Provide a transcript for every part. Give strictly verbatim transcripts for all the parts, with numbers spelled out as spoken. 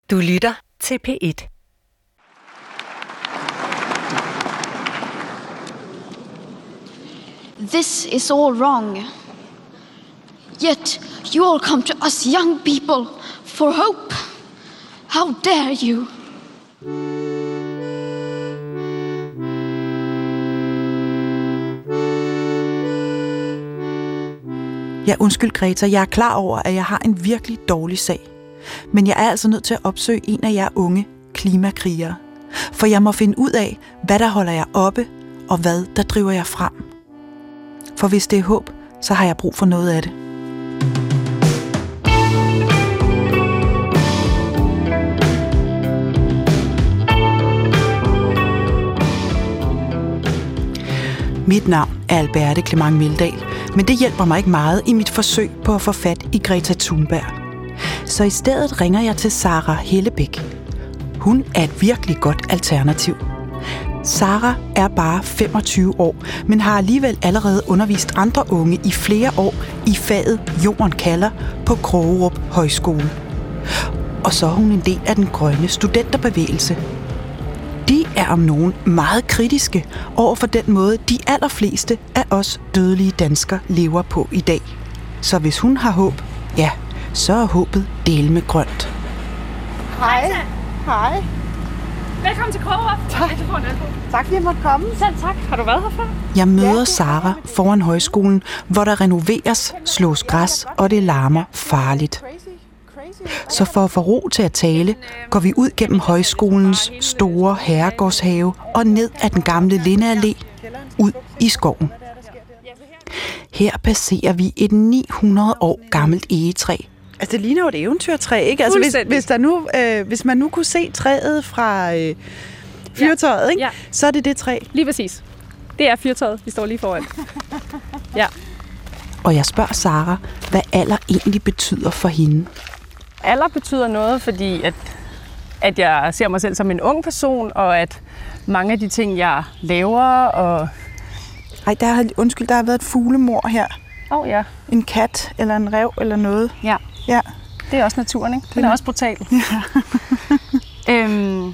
Du lytter til P et. This is all wrong. Yet you all come to us young people for hope. How dare you? Ja, undskyld Greta, jeg er klar over, at jeg har en virkelig dårlig sag. Men jeg er altså nødt til at opsøge en af jer unge klimakrigere. For jeg må finde ud af, hvad der holder jer oppe, og hvad der driver jer frem. For hvis det er håb, så har jeg brug for noget af det. Mit navn er Alberte Clement Meldal, men det hjælper mig ikke meget i mit forsøg på at få fat i Greta Thunberg. Så i stedet ringer jeg til Sara Hellebæk. Hun er et virkelig godt alternativ. Sara er bare femogtyve år, men har alligevel allerede undervist andre unge i flere år i faget Jorden kalder på Krogerup Højskole. Og så er hun en del af den grønne studenterbevægelse. De er om nogen meget kritiske over for den måde, de allerfleste af os dødelige danskere lever på i dag. Så hvis hun har håb, ja, så er håbet dele med grønt. Hej. Hej. Velkommen til Krogerup. Tak. Tak fordi jeg måtte komme. Selv tak. Har du været herfra? Jeg møder Sara foran højskolen, hvor der renoveres, slås græs, og det larmer farligt. Så for at få ro til at tale, går vi ud gennem højskolens store herregårdshave og ned ad den gamle Lindeallé, ud i skoven. Her passerer vi et ni hundrede år gammelt egetræ. Altså, det ligner jo et eventyrtræ, ikke? Altså, hvis, hvis, der nu, øh, hvis man nu kunne se træet fra øh, fyrtøjet, ikke? Ja. Så er det det træ. Lige præcis. Det er fyrtøjet, vi står lige foran. Ja. Og jeg spørger Sara, hvad alder egentlig betyder for hende. Alder betyder noget, fordi at, at jeg ser mig selv som en ung person, og at mange af de ting, jeg laver, og... Ej, der har, undskyld, der har været et fuglemor her. Åh oh, ja. En kat eller en ræv eller noget. Ja. Ja. Det er også naturen, ikke? Den er også brutal. Ja. øhm,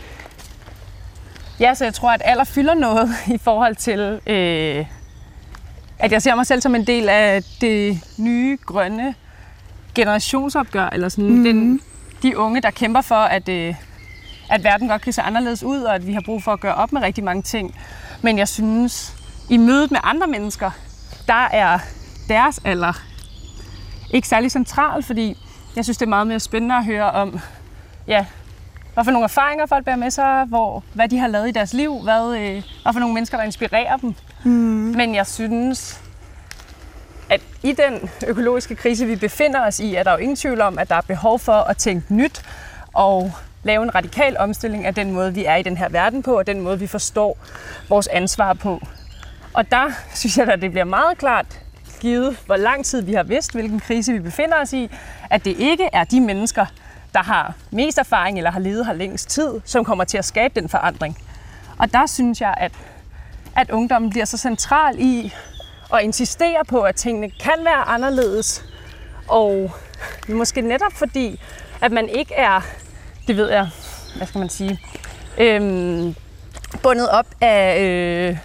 ja, så jeg tror, at alder fylder noget i forhold til, øh, at jeg ser mig selv som en del af det nye, grønne generationsopgør, eller sådan mm. den, de unge, der kæmper for, at, øh, at verden godt kan se anderledes ud, og at vi har brug for at gøre op med rigtig mange ting. Men jeg synes, i mødet med andre mennesker, der er deres alder ikke særlig central, fordi jeg synes, det er meget mere spændende at høre om, ja, hvad for nogle erfaringer folk bærer med sig, hvor, hvad de har lavet i deres liv, hvad, øh, hvad for nogle mennesker, der inspirerer dem. Mm. Men jeg synes, at i den økologiske krise, vi befinder os i, er der jo ingen tvivl om, at der er behov for at tænke nyt og lave en radikal omstilling af den måde, vi er i den her verden på, og den måde, vi forstår vores ansvar på. Og der synes jeg, at det bliver meget klart givet, hvor lang tid vi har vidst, hvilken krise vi befinder os i, at det ikke er de mennesker, der har mest erfaring eller har levet her længst tid, som kommer til at skabe den forandring. Og der synes jeg, at, at ungdommen bliver så central i at insistere på, at tingene kan være anderledes. Og måske netop fordi, at man ikke er, det ved jeg, hvad skal man sige, øhm, bundet op af øh,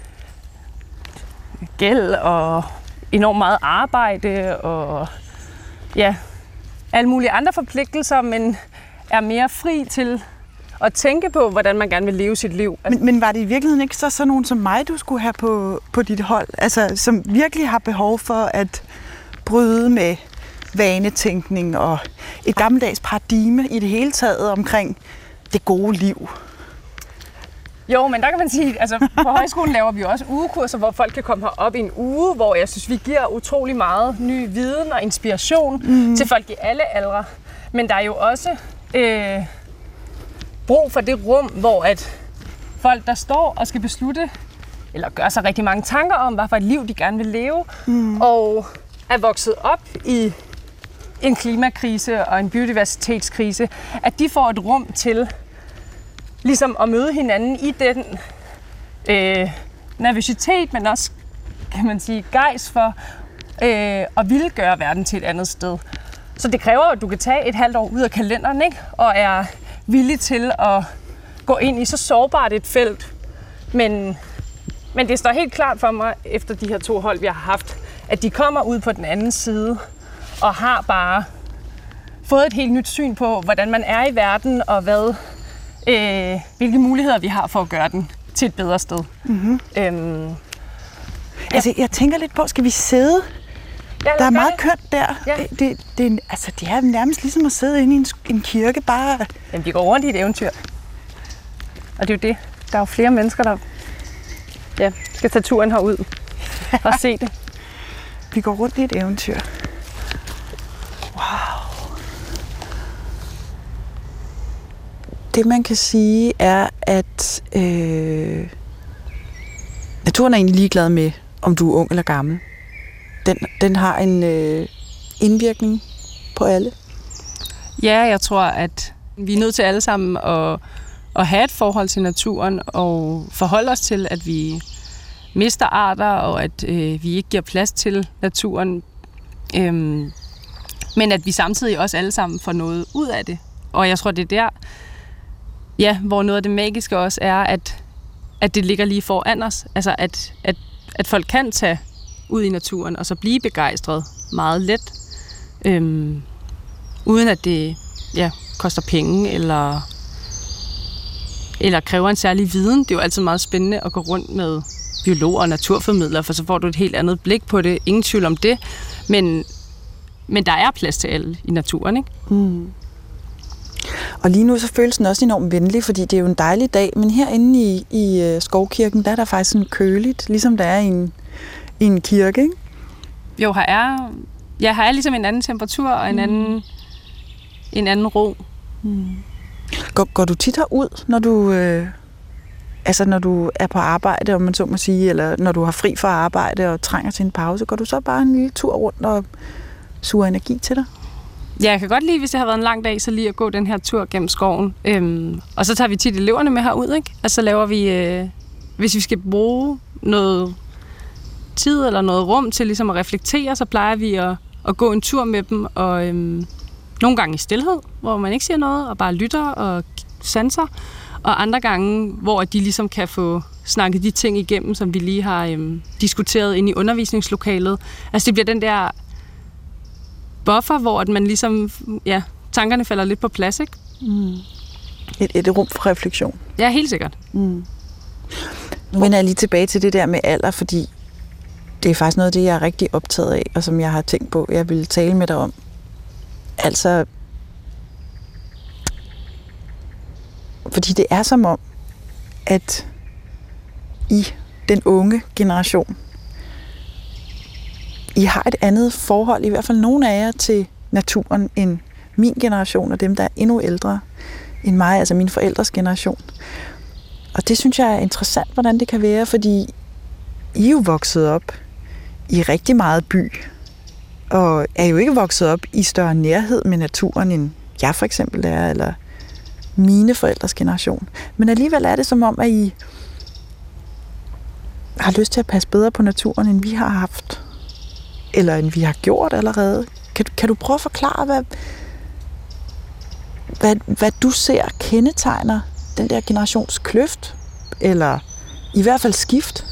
gæld og enormt meget arbejde og ja, alle mulige andre forpligtelser, men er mere fri til at tænke på, hvordan man gerne vil leve sit liv. Men, men var det i virkeligheden ikke så sådan nogen som mig, du skulle have på, på dit hold? Altså, som virkelig har behov for at bryde med vanetænkning og et gammeldags paradigme i det hele taget omkring det gode liv? Jo, men der kan man sige, altså på højskolen laver vi jo også ugekurser, hvor folk kan komme herop i en uge, hvor jeg synes, vi giver utrolig meget ny viden og inspiration mm. til folk i alle aldre. Men der er jo også øh, brug for det rum, hvor at folk, der står og skal beslutte, eller gør sig rigtig mange tanker om, hvad for et liv de gerne vil leve, mm. og er vokset op i en klimakrise og en biodiversitetskrise, at de får et rum til ligesom at møde hinanden i den øh, nervøsitet, men også, kan man sige, gejst for øh, at ville gøre verden til et andet sted. Så det kræver, at du kan tage et halvt år ud af kalenderen, ikke? Og er villig til at gå ind i så sårbart et felt. Men, men det står helt klart for mig, efter de her to hold, vi har haft, at de kommer ud på den anden side og har bare fået et helt nyt syn på, hvordan man er i verden, og hvad, øh, hvilke muligheder vi har for at gøre den til et bedre sted. Mm-hmm. Øhm, ja. Altså, jeg tænker lidt på, skal vi sidde? Ja, der er meget kønt der. Ja. Det, det, det, altså, det er nærmest ligesom at sidde inde i en, en kirke, bare... Jamen, de går rundt i et eventyr. Og det er jo det. Der er jo flere mennesker, der ja, skal tage turen herud og se det. Vi går rundt i et eventyr. Wow. Det, man kan sige, er, at øh, naturen er egentlig ligeglad med, om du er ung eller gammel. Den, den har en øh, indvirkning på alle. Ja, jeg tror, at vi er nødt til alle sammen at, at have et forhold til naturen og forholde os til, at vi mister arter, og at øh, vi ikke giver plads til naturen. Øhm, men at vi samtidig også alle sammen får noget ud af det. Og jeg tror, det er der, ja, hvor noget af det magiske også er, at, at det ligger lige foran os. Altså, at, at, at folk kan tage ud i naturen og så blive begejstret meget let, øhm, uden at det ja, koster penge eller, eller kræver en særlig viden. Det er jo altid meget spændende at gå rundt med biologer og naturformidlere, for så får du et helt andet blik på det. Ingen tvivl om det. Men, men der er plads til alle i naturen, ikke? Mm. Og lige nu så føles den også enormt venlig, fordi det er jo en dejlig dag, men herinde i, i Skovkirken, der er der faktisk sådan køligt, ligesom der er i en, i en kirke, ikke? Jo, her er, ja, her er ligesom en anden temperatur og en, mm. anden, en anden ro. Mm. Går, går du tit herud, når du, øh, altså når du er på arbejde, om man så må sige, eller når du har fri fra arbejde og trænger til en pause, går du så bare en lille tur rundt og suger energi til dig? Ja, jeg kan godt lide, hvis det har været en lang dag, så lige at gå den her tur gennem skoven. Øhm, og så tager vi tit eleverne med herud, ikke? Og så laver vi, øh, hvis vi skal bruge noget tid eller noget rum til ligesom at reflektere, så plejer vi at, at gå en tur med dem, og øhm, nogle gange i stilhed, hvor man ikke siger noget, og bare lytter og sanser, og andre gange, hvor de ligesom kan få snakket de ting igennem, som vi lige har øhm, diskuteret inde i undervisningslokalet. Altså det bliver den der buffer, hvor at man ligesom, ja, tankerne falder lidt på plads, ikke? Mm. Et, et rum for refleksion. Ja, helt sikkert. Mm. Nu vender jeg lige tilbage til det der med alder, fordi det er faktisk noget af det, jeg er rigtig optaget af, og som jeg har tænkt på, jeg vil tale med dig om. Altså, fordi det er som om, at I, den unge generation, I har et andet forhold, i hvert fald nogle af jer, til naturen, end min generation, og dem, der er endnu ældre end mig, altså min forældres generation. Og det synes jeg er interessant, hvordan det kan være, fordi I er jo vokset op i rigtig meget by, og er jo ikke vokset op i større nærhed med naturen, end jeg for eksempel er, eller mine forældres generation. Men alligevel er det som om, at I har lyst til at passe bedre på naturen, end vi har haft, eller end vi har gjort allerede. Kan, kan du prøve at forklare, hvad, hvad, hvad du ser kendetegner den der generations kløft, eller i hvert fald skift?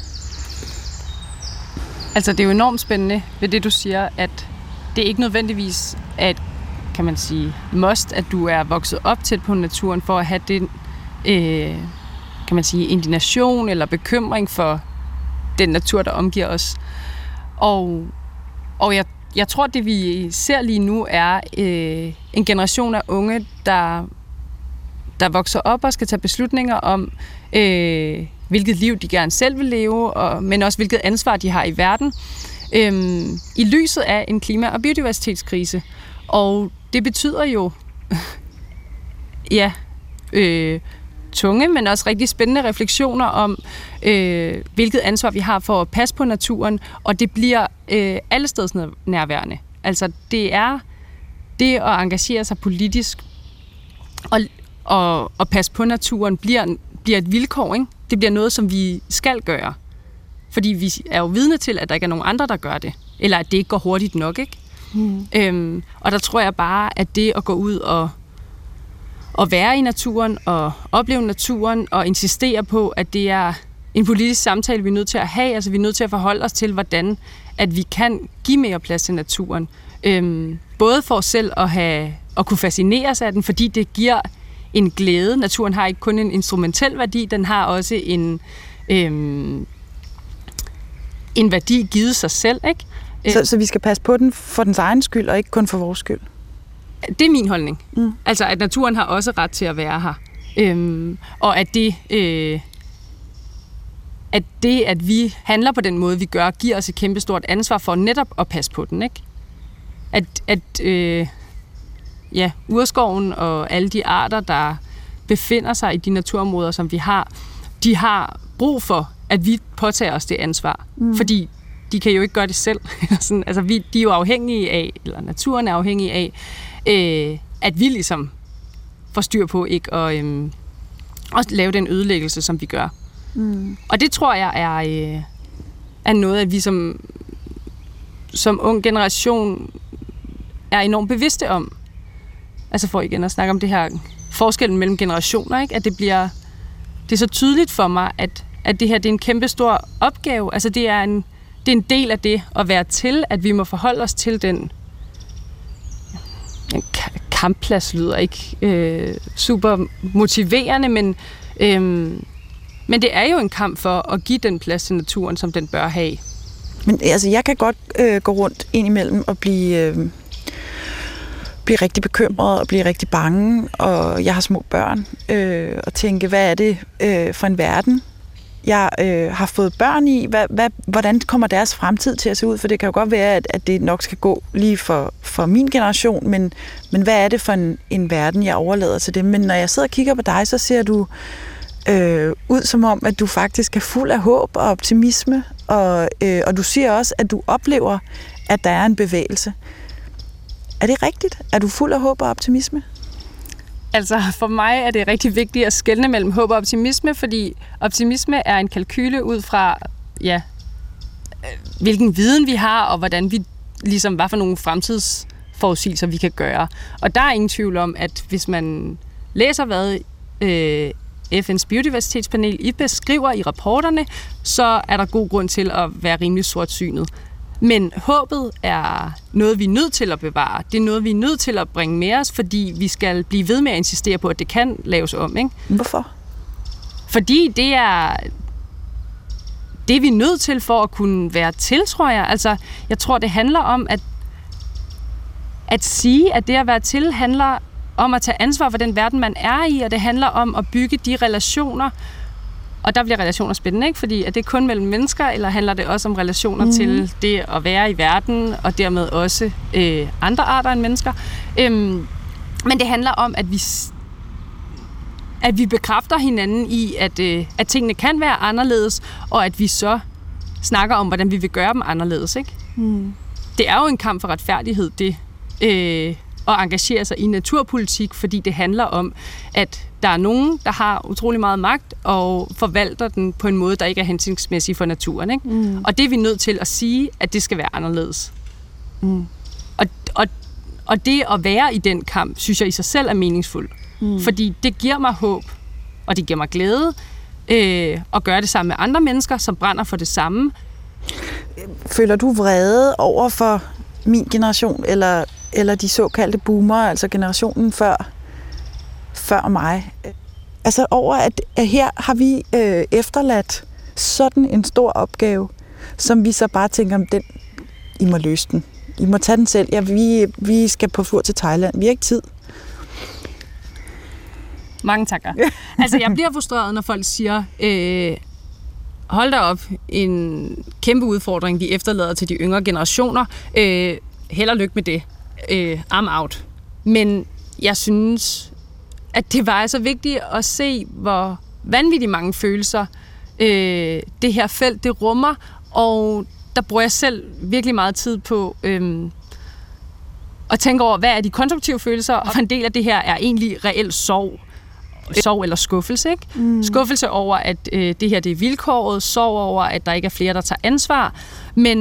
Altså, det er jo enormt spændende ved det, du siger, at det ikke nødvendigvis er et, kan man sige, must, at du er vokset op tæt på naturen for at have den, øh, kan man sige, indignation eller bekymring for den natur, der omgiver os. Og, og jeg, jeg tror, det vi ser lige nu er øh, en generation af unge, der, der vokser op og skal tage beslutninger om, øh, hvilket liv de gerne selv vil leve, og, men også hvilket ansvar de har i verden, øh, i lyset af en klima- og biodiversitetskrise. Og det betyder jo, ja, øh, tunge, men også rigtig spændende refleksioner om, øh, hvilket ansvar vi har for at passe på naturen, og det bliver øh, allesteds nærværende. Altså, det er det at engagere sig politisk og, og, og passe på naturen bliver, bliver et vilkår, ikke? Det bliver noget, som vi skal gøre. Fordi vi er jo vidne til, at der ikke er nogen andre, der gør det. Eller at det ikke går hurtigt nok, ikke? Mm. Øhm, og der tror jeg bare, at det at gå ud og, og være i naturen, og opleve naturen, og insistere på, at det er en politisk samtale, vi er nødt til at have. Altså vi er nødt til at forholde os til, hvordan at vi kan give mere plads til naturen. Øhm, både for os selv at, have, at kunne fascineres af den, fordi det giver en glæde. Naturen har ikke kun en instrumentel værdi, den har også en, øhm, en værdi givet sig selv. Ikke? Så, så vi skal passe på den for dens egen skyld, og ikke kun for vores skyld? Det er min holdning. Mm. Altså, at naturen har også ret til at være her. Øhm, og at det, øh, at det, at vi handler på den måde, vi gør, giver os et kæmpestort ansvar for netop at passe på den, ikke? At, at øh, ja, urskoven og alle de arter, der befinder sig i de naturområder, som vi har, de har brug for, at vi påtager os det ansvar. Mm. Fordi de kan jo ikke gøre det selv. Sådan, altså, vi, de er jo afhængige af, eller naturen er afhængig af, øh, at vi ligesom får styr på ikke at, øh, at lave den ødelæggelse, som vi gør. Mm. Og det tror jeg er, øh, er noget, at vi som, som ung generation er enormt bevidste om. Altså for igen at snakke om det her forskellen mellem generationer, ikke? At det bliver det er så tydeligt for mig, at, at det her det er en kæmpe stor opgave. Altså det er en det er en del af det at være til, at vi må forholde os til den. En kampplads lyder ikke øh, super motiverende, men øh, men det er jo en kamp for at give den plads til naturen, som den bør have. Men altså, jeg kan godt øh, gå rundt indimellem og blive øh, blive rigtig bekymret og blive rigtig bange, og jeg har små børn, øh, og tænke, hvad er det øh, for en verden, jeg øh, har fået børn i? Hvad, hvad, hvordan kommer deres fremtid til at se ud? For det kan jo godt være, at, at det nok skal gå lige for, for min generation, men, men hvad er det for en, en verden, jeg overlader til dem? Men når jeg sidder og kigger på dig, så ser du øh, ud som om, at du faktisk er fuld af håb og optimisme, og, øh, og du siger også, at du oplever, at der er en bevægelse. Er det rigtigt? Er du fuld af håb og optimisme? Altså for mig er det rigtig vigtigt at skelne mellem håb og optimisme, fordi optimisme er en kalkyle ud fra, ja, hvilken viden vi har, og hvordan vi ligesom, hvad for nogle fremtidsforudsigelser vi kan gøre. Og der er ingen tvivl om, at hvis man læser, hvad øh, F N's biodiversitetspanel I beskriver i rapporterne, så er der god grund til at være rimelig sortsynet. Men håbet er noget, vi er nødt til at bevare. Det er noget, vi er nødt til at bringe med os, fordi vi skal blive ved med at insistere på, at det kan laves om. Ikke? Hvorfor? Fordi det er det, vi er nødt til for at kunne være til, tror jeg. Altså, jeg tror, det handler om at, at sige, at det at være til handler om at tage ansvar for den verden, man er i, og det handler om at bygge de relationer. Og der bliver relationer spændende, ikke? Fordi er det kun mellem mennesker, eller handler det også om relationer mm. til det at være i verden, og dermed også øh, andre arter end mennesker? Øhm, men det handler om, at vi, at vi bekræfter hinanden i, at, øh, at tingene kan være anderledes, og at vi så snakker om, hvordan vi vil gøre dem anderledes. Ikke? Mm. Det er jo en kamp for retfærdighed, det øh, at engagere sig i naturpolitik, fordi det handler om, at der er nogen, der har utrolig meget magt og forvalter den på en måde, der ikke er hensigtsmæssig for naturen. Ikke? Mm. Og det er vi nødt til at sige, at det skal være anderledes. Mm. Og, og, og det at være i den kamp, synes jeg i sig selv er meningsfuldt. Mm. Fordi det giver mig håb, og det giver mig glæde øh, at gøre det sammen med andre mennesker, som brænder for det samme. Føler du vrede over for min generation, eller, eller de såkaldte boomer, altså generationen før, før mig? Altså over, at, at her har vi øh, efterladt sådan en stor opgave, som vi så bare tænker, om den, I må løse den. I må tage den selv. Ja, vi, vi skal på tur til Thailand. Vi har ikke tid. Mange takker. Altså, jeg bliver frustreret, når folk siger, øh, hold da op, en kæmpe udfordring, vi efterlader til de yngre generationer. Øh, held og lykke med det. Øh, I'm out. Men jeg synes, at det var så vigtigt at se, hvor vanvittigt mange følelser øh, det her felt, det rummer, og der bruger jeg selv virkelig meget tid på øh, at tænke over, hvad er de konstruktive følelser, og en del af det her er egentlig reelt sorg. Sorg eller skuffelse, ikke? Mm. Skuffelse over, at øh, det her det er vilkåret, sorg over, at der ikke er flere, der tager ansvar, men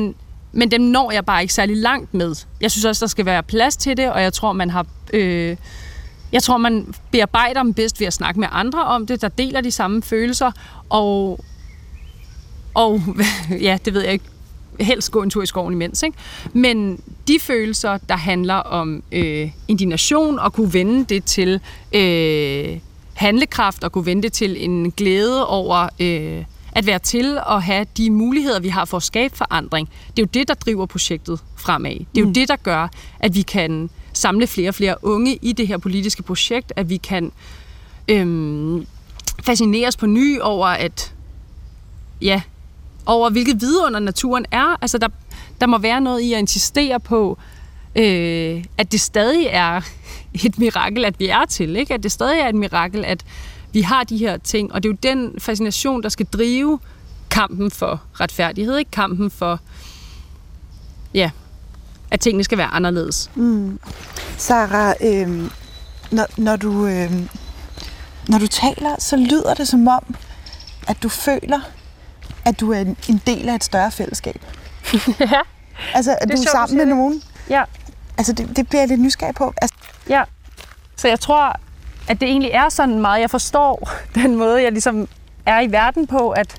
men dem når jeg bare ikke særlig langt med. Jeg synes også, der skal være plads til det, og jeg tror, man har... Øh, jeg tror, man bearbejder dem bedst ved at snakke med andre om det, der deler de samme følelser, og, og ja, det ved jeg ikke, helst gå en tur i skoven imens, ikke? Men de følelser, der handler om øh, indignation, og kunne vende det til øh, handlekraft, og kunne vende det til en glæde over øh, at være til og have de muligheder, vi har for at skabe forandring. Det er jo det, der driver projektet fremad. Det er jo mm. det, der gør, at vi kan samle flere og flere unge i det her politiske projekt, at vi kan øhm, fascineres på ny over, at ja, over hvilket vidunder naturen er. Altså, der, der må være noget i at insistere på, øh, at det stadig er et mirakel, at vi er til, ikke? At det stadig er et mirakel, at vi har de her ting, og det er jo den fascination, der skal drive kampen for retfærdighed, ikke? Kampen for, ja, at tingene skal være anderledes. Mm. Sarah, øh, når, når, du, øh, når du taler, så lyder det som om, at du føler, at du er en, en del af et større fællesskab. Ja. Altså, at du er sammen med nogen. Ja. Altså, det, det bliver jeg lidt nysgerrig på. Altså... Ja. Så jeg tror, at det egentlig er sådan meget, jeg forstår den måde, jeg ligesom er i verden på, at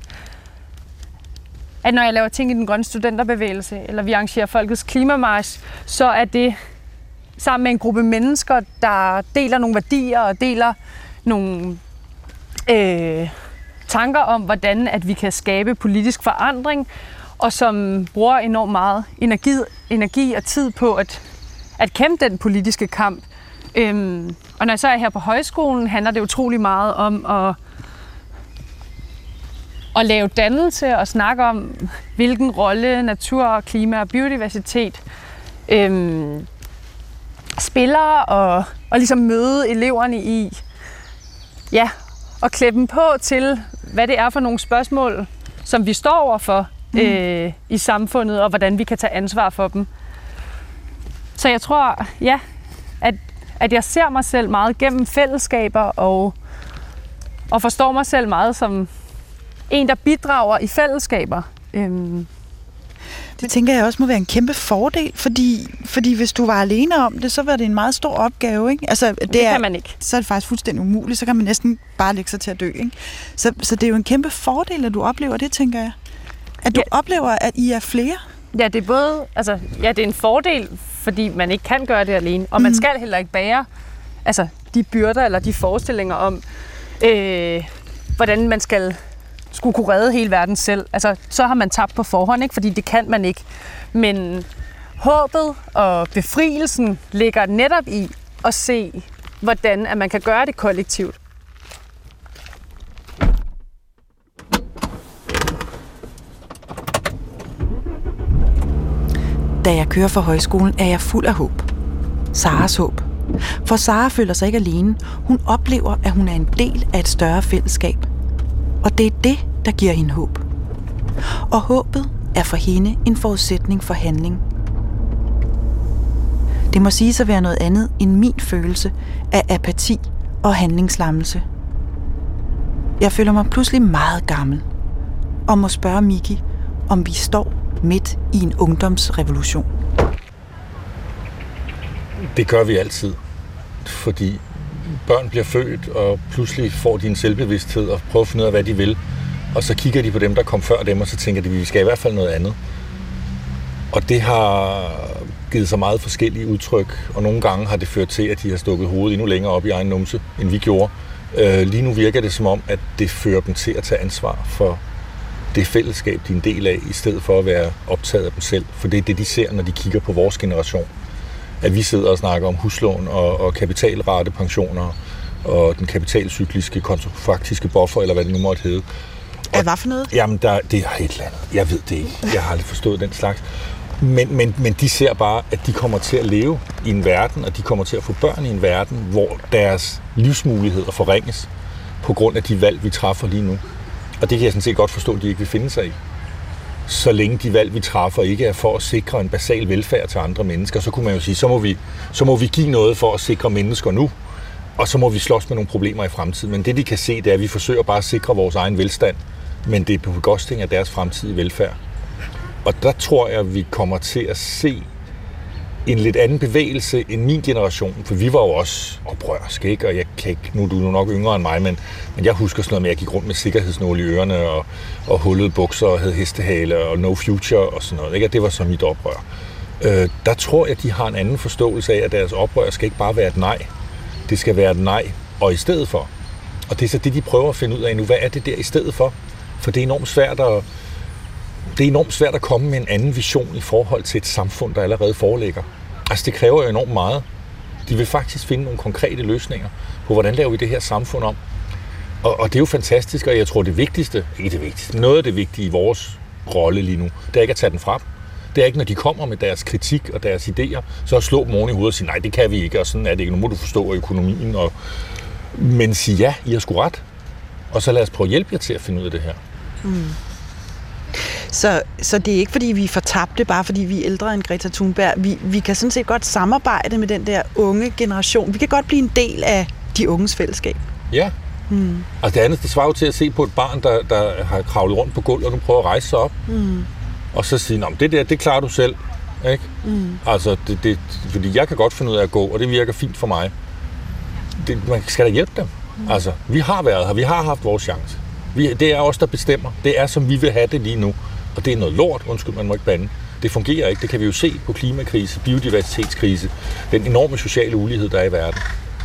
at når jeg laver ting i den grønne studenterbevægelse, eller vi arrangerer Folkets Klimamarch, så er det sammen med en gruppe mennesker, der deler nogle værdier og deler nogle øh, tanker om, hvordan at vi kan skabe politisk forandring, og som bruger enormt meget energi, energi og tid på at, at kæmpe den politiske kamp. Øhm, og når jeg så er her på højskolen, handler det utrolig meget om at at lave dannelse og snakke om, hvilken rolle natur, klima og biodiversitet øhm, spiller, og, og ligesom møde eleverne i, ja, og klæde dem på til, hvad det er for nogle spørgsmål, som vi står overfor mm. øh, i samfundet, og hvordan vi kan tage ansvar for dem. Så jeg tror, ja, at, at jeg ser mig selv meget gennem fællesskaber, og, og forstår mig selv meget som en, der bidrager i fællesskaber. Øhm. Det tænker jeg også må være en kæmpe fordel, fordi, fordi hvis du var alene om det, så var det en meget stor opgave, ikke? Altså, det, det er, kan man ikke. Så er det faktisk fuldstændig umuligt, så kan man næsten bare lægge sig til at dø, ikke? Så, så det er jo en kæmpe fordel, at du oplever det, tænker jeg. At du ja. oplever, at I er flere. Ja, det er både, altså, ja, det er en fordel, fordi man ikke kan gøre det alene, og man mm. skal heller ikke bære altså, de byrder eller de forestillinger om, øh, hvordan man skal skulle kunne redde hele verden selv. Altså, så har man tabt på forhånd, ikke? Fordi det kan man ikke. Men håbet og befrielsen ligger netop i at se, hvordan at man kan gøre det kollektivt. Da jeg kører fra højskolen, er jeg fuld af håb. Sarahs håb. For Sarah føler sig ikke alene. Hun oplever, at hun er en del af et større fællesskab. Og det er det, der giver hende håb. Og håbet er for hende en forudsætning for handling. Det må siges at være noget andet end min følelse af apati og handlingslammelse. Jeg føler mig pludselig meget gammel og må spørge Miki, om vi står midt i en ungdomsrevolution. Det gør vi altid, fordi børn bliver født, og pludselig får de en selvbevidsthed og prøver at finde ud af, hvad de vil. Og så kigger de på dem, der kom før dem, og så tænker de, at vi skal i hvert fald noget andet. Og det har givet så meget forskellige udtryk, og nogle gange har det ført til, at de har stukket hovedet endnu længere op i egen numse, end vi gjorde. Lige nu virker det som om, at det fører dem til at tage ansvar for det fællesskab, de er en del af, i stedet for at være optaget af dem selv. For det er det, de ser, når de kigger på vores generation. At vi sidder og snakker om huslån og, og kapitalrate pensioner og den kapitalcykliske kontrafaktiske buffer, eller hvad det nu måtte hedde. Og, hvad for noget? Jamen, der, det er et eller andet. Jeg ved det ikke. Jeg har aldrig forstået den slags. Men, men, men de ser bare, at de kommer til at leve i en verden, og de kommer til at få børn i en verden, hvor deres livsmuligheder forringes på grund af de valg, vi træffer lige nu. Og det kan jeg sådan set godt forstå, at de ikke vil finde sig i. Så længe de valg, vi træffer, ikke er for at sikre en basal velfærd til andre mennesker, så kunne man jo sige, så må vi, så må vi give noget for at sikre mennesker nu, og så må vi slås med nogle problemer i fremtiden. Men det, de kan se, det er, at vi forsøger bare at sikre vores egen velstand, men det er på bekostning af deres fremtidige velfærd. Og der tror jeg, at vi kommer til at se en lidt anden bevægelse end min generation, for vi var jo også oprørske, ikke? Og jeg kan ikke, nu er du nok yngre end mig, men, men jeg husker sådan noget med, at jeg gik rundt med sikkerhedsnåle i ørerne og, og hullede bukser og havde hestehale og no future og sådan noget, ikke? Og det var så mit oprør. Øh, der tror jeg, at de har en anden forståelse af, at deres oprør skal ikke bare være et nej. Det skal være et nej, og i stedet for. Og det er så det, de prøver at finde ud af nu. Hvad er det der i stedet for? For det er enormt svært at, det er enormt svært at komme med en anden vision i forhold til et samfund, der allerede foreligger. Altså, det kræver jo enormt meget. De vil faktisk finde nogle konkrete løsninger på, hvordan laver vi det her samfund om. Og, og det er jo fantastisk, og jeg tror, det vigtigste, ikke det vigtigste, noget af det vigtige i vores rolle lige nu, det er ikke at tage den frem. Det er ikke, når de kommer med deres kritik og deres idéer, så at slå dem oven i hovedet og sige, nej, det kan vi ikke, og sådan er det ikke. Nu må du forstå økonomien. Og... Men sige, ja, I har sgu ret. Og så lad os prøve at hjælpe jer til at finde ud af det her. Mm. Så, så det er ikke, fordi vi er fortabte, bare fordi vi er ældre end Greta Thunberg. Vi, vi kan sådan set godt samarbejde med den der unge generation. Vi kan godt blive en del af de unges fællesskab. Ja. Mm. Altså det andet, det svarer jo til at se på et barn, der, der har kravlet rundt på gulvet, og nu prøver at rejse sig op. Mm. Og så sige, at det der, det klarer du selv. Ikke? Mm. Altså, det, det, fordi jeg kan godt finde ud af at gå, og det virker fint for mig. Det, man skal da hjælpe dem. Mm. Altså, vi har været her, vi har haft vores chance. Vi, det er os, der bestemmer. Det er, som vi vil have det lige nu. Og det er noget lort, undskyld, man må ikke bande. Det fungerer ikke. Det kan vi jo se på klimakrise, biodiversitetskrise, den enorme sociale ulighed, der er i verden.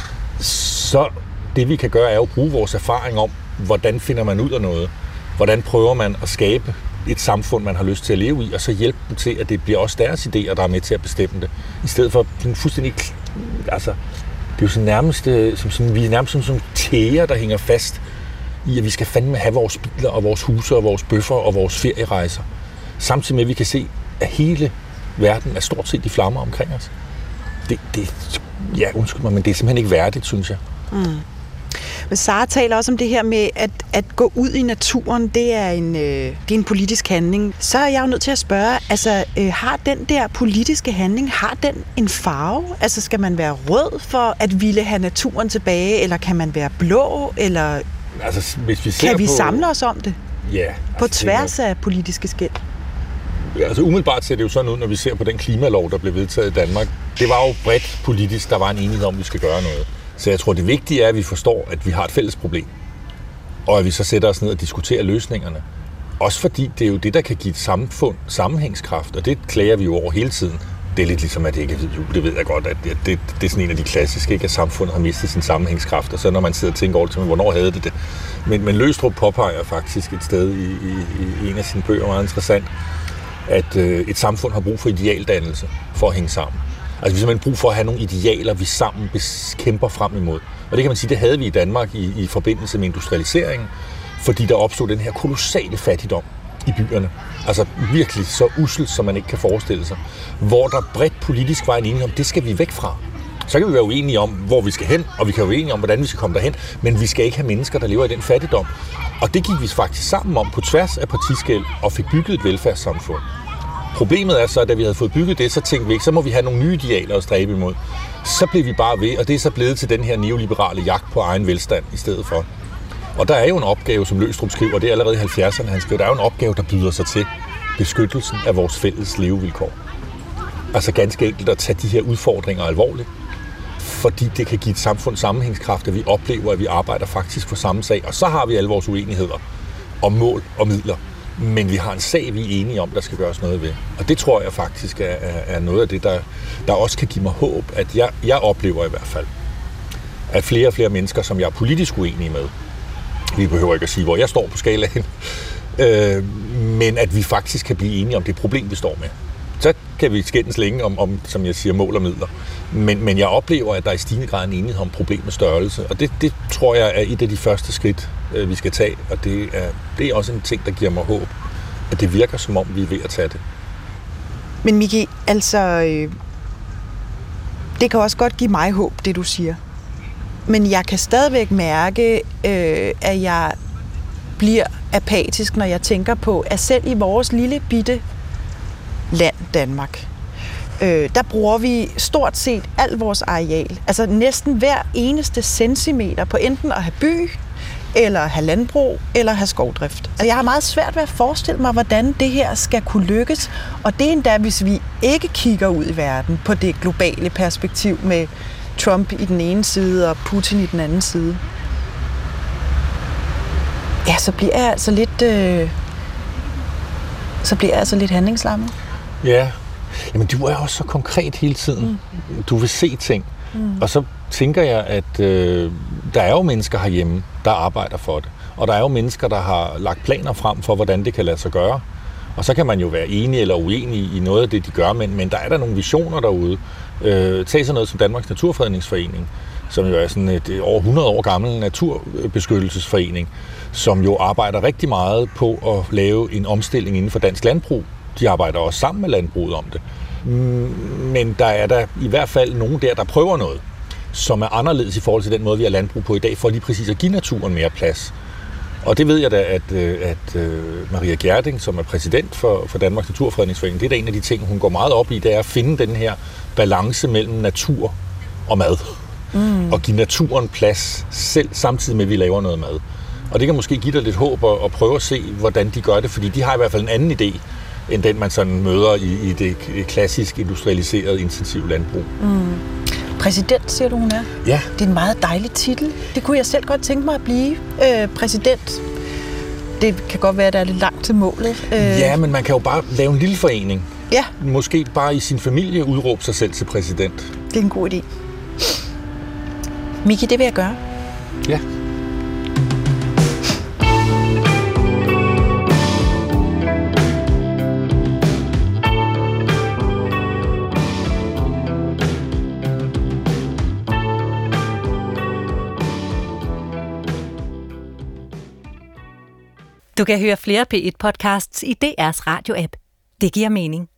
Så det, vi kan gøre, er jo at bruge vores erfaring om, hvordan finder man ud af noget. Hvordan prøver man at skabe et samfund, man har lyst til at leve i, og så hjælpe dem til, at det bliver også deres idéer, der er med til at bestemme det. I stedet for sådan fuldstændig... Altså, det er jo sådan nærmest, som, som, vi er nærmest som, som tæger, der hænger fast i, at vi skal fandme have vores biler, og vores huse, og vores bøffer, og vores ferierejser. Samtidig med, at vi kan se, at hele verden er stort set i flammer omkring os. Det, det, ja, undskyld mig, men det er simpelthen ikke værdigt, synes jeg. Mm. Men Sara taler også om det her med, at, at gå ud i naturen, det er, en, øh, det er en politisk handling. Så er jeg jo nødt til at spørge, altså, øh, har den der politiske handling, har den en farve? Altså, skal man være rød for at ville have naturen tilbage, eller kan man være blå, eller altså, hvis vi ser kan vi på... samle os om det? Ja. På altså, tværs af politiske skel? Ja, altså umiddelbart ser det jo sådan ud, når vi ser på den klimalov, der blev vedtaget i Danmark. Det var jo bredt politisk, der var en enighed om, at vi skal gøre noget. Så jeg tror, det vigtige er, at vi forstår, at vi har et fælles problem. Og at vi så sætter os ned og diskuterer løsningerne. Også fordi det er jo det, der kan give et samfund sammenhængskraft, og det klager vi jo over hele tiden. Det er lidt ligesom, at det ikke er jul. Det ved jeg godt, at det, det, det er sådan en af de klassiske, ikke? At samfundet har mistet sin sammenhængskraft. Og så når man sidder og tænker over det, hvornår havde det det? Men, men Løgstrup påpeger faktisk et sted i, i, i en af sine bøger, meget interessant, at øh, et samfund har brug for idealdannelse for at hænge sammen. Altså vi har simpelthen brug for at have nogle idealer, vi sammen kæmper frem imod. Og det kan man sige, det havde vi i Danmark i, i forbindelse med industrialiseringen, fordi der opstod den her kolossale fattigdom i byerne. Altså virkelig så ussel, som man ikke kan forestille sig. Hvor der bredt politisk var en enighed om, det skal vi væk fra. Så kan vi være uenige om, hvor vi skal hen, og vi kan være uenige om, hvordan vi skal komme derhen, men vi skal ikke have mennesker, der lever i den fattigdom. Og det gik vi faktisk sammen om på tværs af partiskel og fik bygget et velfærdssamfund. Problemet er så, at da vi havde fået bygget det, så tænkte vi ikke, så må vi have nogle nye idealer at stræbe imod. Så blev vi bare ved, og det er så blevet til den her neoliberale jagt på egen velstand i stedet for. Og der er jo en opgave, som Løgstrup skriver, det er allerede i halvfjerdserne, han skriver, der er jo en opgave, der byder sig til beskyttelsen af vores fælles levevilkår. Altså ganske enkelt at tage de her udfordringer alvorligt, fordi det kan give et samfund sammenhængskraft, at vi oplever, at vi arbejder faktisk for samme sag, og så har vi alle vores uenigheder om mål og midler. Men vi har en sag, vi er enige om, der skal gøres noget ved. Og det tror jeg faktisk er, er noget af det, der, der også kan give mig håb, at jeg, jeg oplever i hvert fald, at flere og flere mennesker, som jeg er politisk uenige med, vi behøver ikke at sige, hvor jeg står på skalaen, øh, men at vi faktisk kan blive enige om det problem, vi står med. Så kan vi skændes længe om, om, som jeg siger, mål og midler. Men, men jeg oplever, at der er i stigende grad en enighed om problemets størrelse. Og det, det tror jeg er et af de første skridt, øh, vi skal tage. Og det er, det er også en ting, der giver mig håb. At det virker, som om vi er ved at tage det. Men Miki, altså, øh, det kan også godt give mig håb, det du siger. Men jeg kan stadigvæk mærke, øh, at jeg bliver apatisk, når jeg tænker på, at selv i vores lille bitte land, Danmark, øh, der bruger vi stort set al vores areal. Altså næsten hver eneste centimeter på enten at have by, eller have landbrug, eller have skovdrift. Altså, jeg har meget svært ved at forestille mig, hvordan det her skal kunne lykkes, og det er endda, hvis vi ikke kigger ud i verden på det globale perspektiv med Trump i den ene side og Putin i den anden side. Ja, så bliver jeg altså lidt, øh, så bliver jeg altså lidt handlingslammet. Ja, jamen du er også så konkret hele tiden. Mm. Du vil se ting. Mm. Og så tænker jeg, at øh, der er jo mennesker herhjemme, der arbejder for det. Og der er jo mennesker, der har lagt planer frem for, hvordan det kan lade sig gøre. Og så kan man jo være enig eller uenig i noget af det, de gør, men, men der er der nogle visioner derude. Øh, tag sådan noget som Danmarks Naturfredningsforening, som jo er sådan et over hundrede år gammel naturbeskyttelsesforening, som jo arbejder rigtig meget på at lave en omstilling inden for dansk landbrug. De arbejder også sammen med landbruget om det. Men der er der i hvert fald nogen der, der prøver noget, som er anderledes i forhold til den måde, vi har landbrug på i dag, for lige præcis at give naturen mere plads. Og det ved jeg da, at, at Maria Gjerding, som er præsident for, for Danmarks Naturfredningsforening, det er da en af de ting, hun går meget op i, det er at finde den her balance mellem natur og mad. Mm. Og give naturen plads selv, samtidig med, at vi laver noget mad. Og det kan måske give dig lidt håb at, at prøve at se, hvordan de gør det, fordi de har i hvert fald en anden idé, end den, man sådan møder i, i det klassisk industrialiserede, intensive landbrug. Mm. Præsident, siger du, hun er? Ja. Det er en meget dejlig titel. Det kunne jeg selv godt tænke mig at blive. Øh, præsident. Det kan godt være, at der er lidt langt til målet. Øh. Ja, men man kan jo bare lave en lille forening. Ja. Måske bare i sin familie udråbe sig selv til præsident. Det er en god idé. Miki, det vil jeg gøre. Ja. Du kan høre flere P et podcasts i D R's radio-app. Det giver mening.